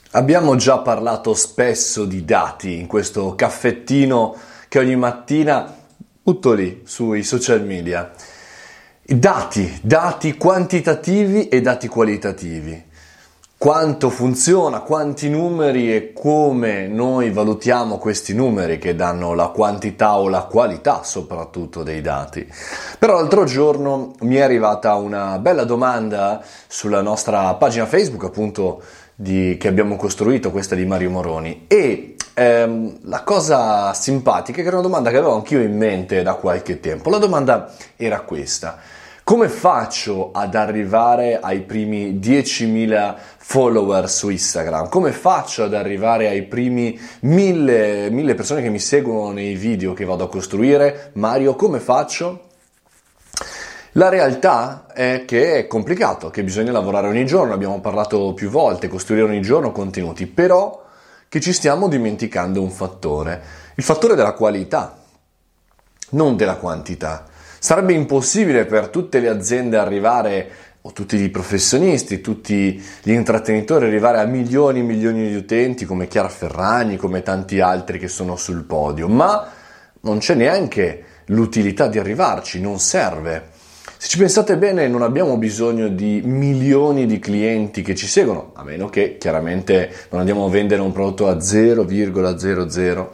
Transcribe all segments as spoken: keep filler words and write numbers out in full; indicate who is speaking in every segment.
Speaker 1: Abbiamo già parlato spesso di dati in questo caffettino che ogni mattina butto lì sui social media. Dati, dati quantitativi e dati qualitativi. Quanto funziona, quanti numeri e come noi valutiamo questi numeri che danno la quantità o la qualità soprattutto dei dati. Però l'altro giorno mi è arrivata una bella domanda sulla nostra pagina Facebook, appunto, di, che abbiamo costruito, questa di Mario Moroni, e ehm, la cosa simpatica è che era una domanda che avevo anch'io in mente da qualche tempo. La domanda era questa: come faccio ad arrivare ai primi diecimila follower su Instagram? Come faccio ad arrivare ai primi mille, mille persone che mi seguono nei video che vado a costruire? Mario, come faccio? La realtà è che è complicato, che bisogna lavorare ogni giorno, abbiamo parlato più volte, costruire ogni giorno contenuti, però che ci stiamo dimenticando un fattore, il fattore della qualità, non della quantità. Sarebbe impossibile per tutte le aziende arrivare, o tutti i professionisti, tutti gli intrattenitori, arrivare a milioni e milioni di utenti come Chiara Ferragni, come tanti altri che sono sul podio, ma non c'è neanche l'utilità di arrivarci, non serve. Se ci pensate bene, non abbiamo bisogno di milioni di clienti che ci seguono, a meno che chiaramente non andiamo a vendere un prodotto a zero virgola zero zero.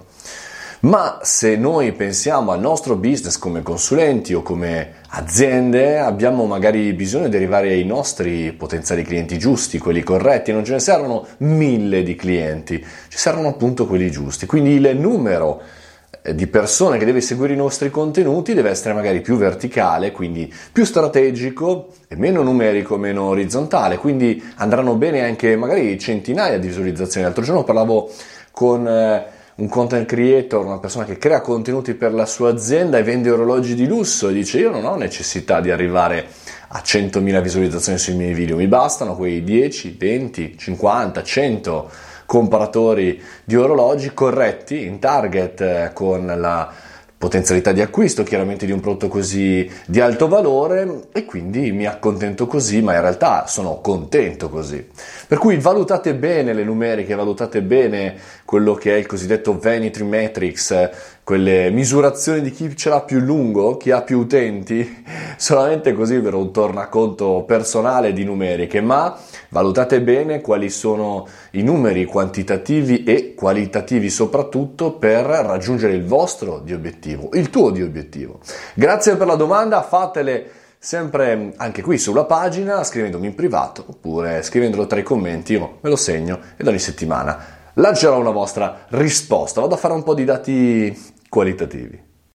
Speaker 1: Ma se noi pensiamo al nostro business come consulenti o come aziende, abbiamo magari bisogno di arrivare ai nostri potenziali clienti giusti, quelli corretti. Non ce ne servono mille di clienti, ci servono appunto quelli giusti. Quindi il numero di persone che deve seguire i nostri contenuti deve essere magari più verticale, quindi più strategico e meno numerico, meno orizzontale. Quindi andranno bene anche magari centinaia di visualizzazioni. L'altro giorno parlavo con eh, un content creator, una persona che crea contenuti per la sua azienda e vende orologi di lusso, e dice: io non ho necessità di arrivare a centomila visualizzazioni sui miei video, mi bastano quei dieci, venti, cinquanta, cento comparatori di orologi corretti, in target, eh, con la potenzialità di acquisto chiaramente di un prodotto così di alto valore, e quindi mi accontento così, ma in realtà sono contento così. Per cui valutate bene le numeriche, valutate bene quello che è il cosiddetto Vanity Metrics, quelle misurazioni di chi ce l'ha più lungo, chi ha più utenti, solamente così per un tornaconto personale di numeriche, ma valutate bene quali sono i numeri quantitativi e qualitativi soprattutto per raggiungere il vostro di obiettivo, il tuo di obiettivo. Grazie per la domanda, fatele sempre anche qui sulla pagina, scrivendomi in privato oppure scrivendolo tra i commenti, io me lo segno ed ogni settimana lancerò una vostra risposta. Vado a fare un po' di dati qualitativi.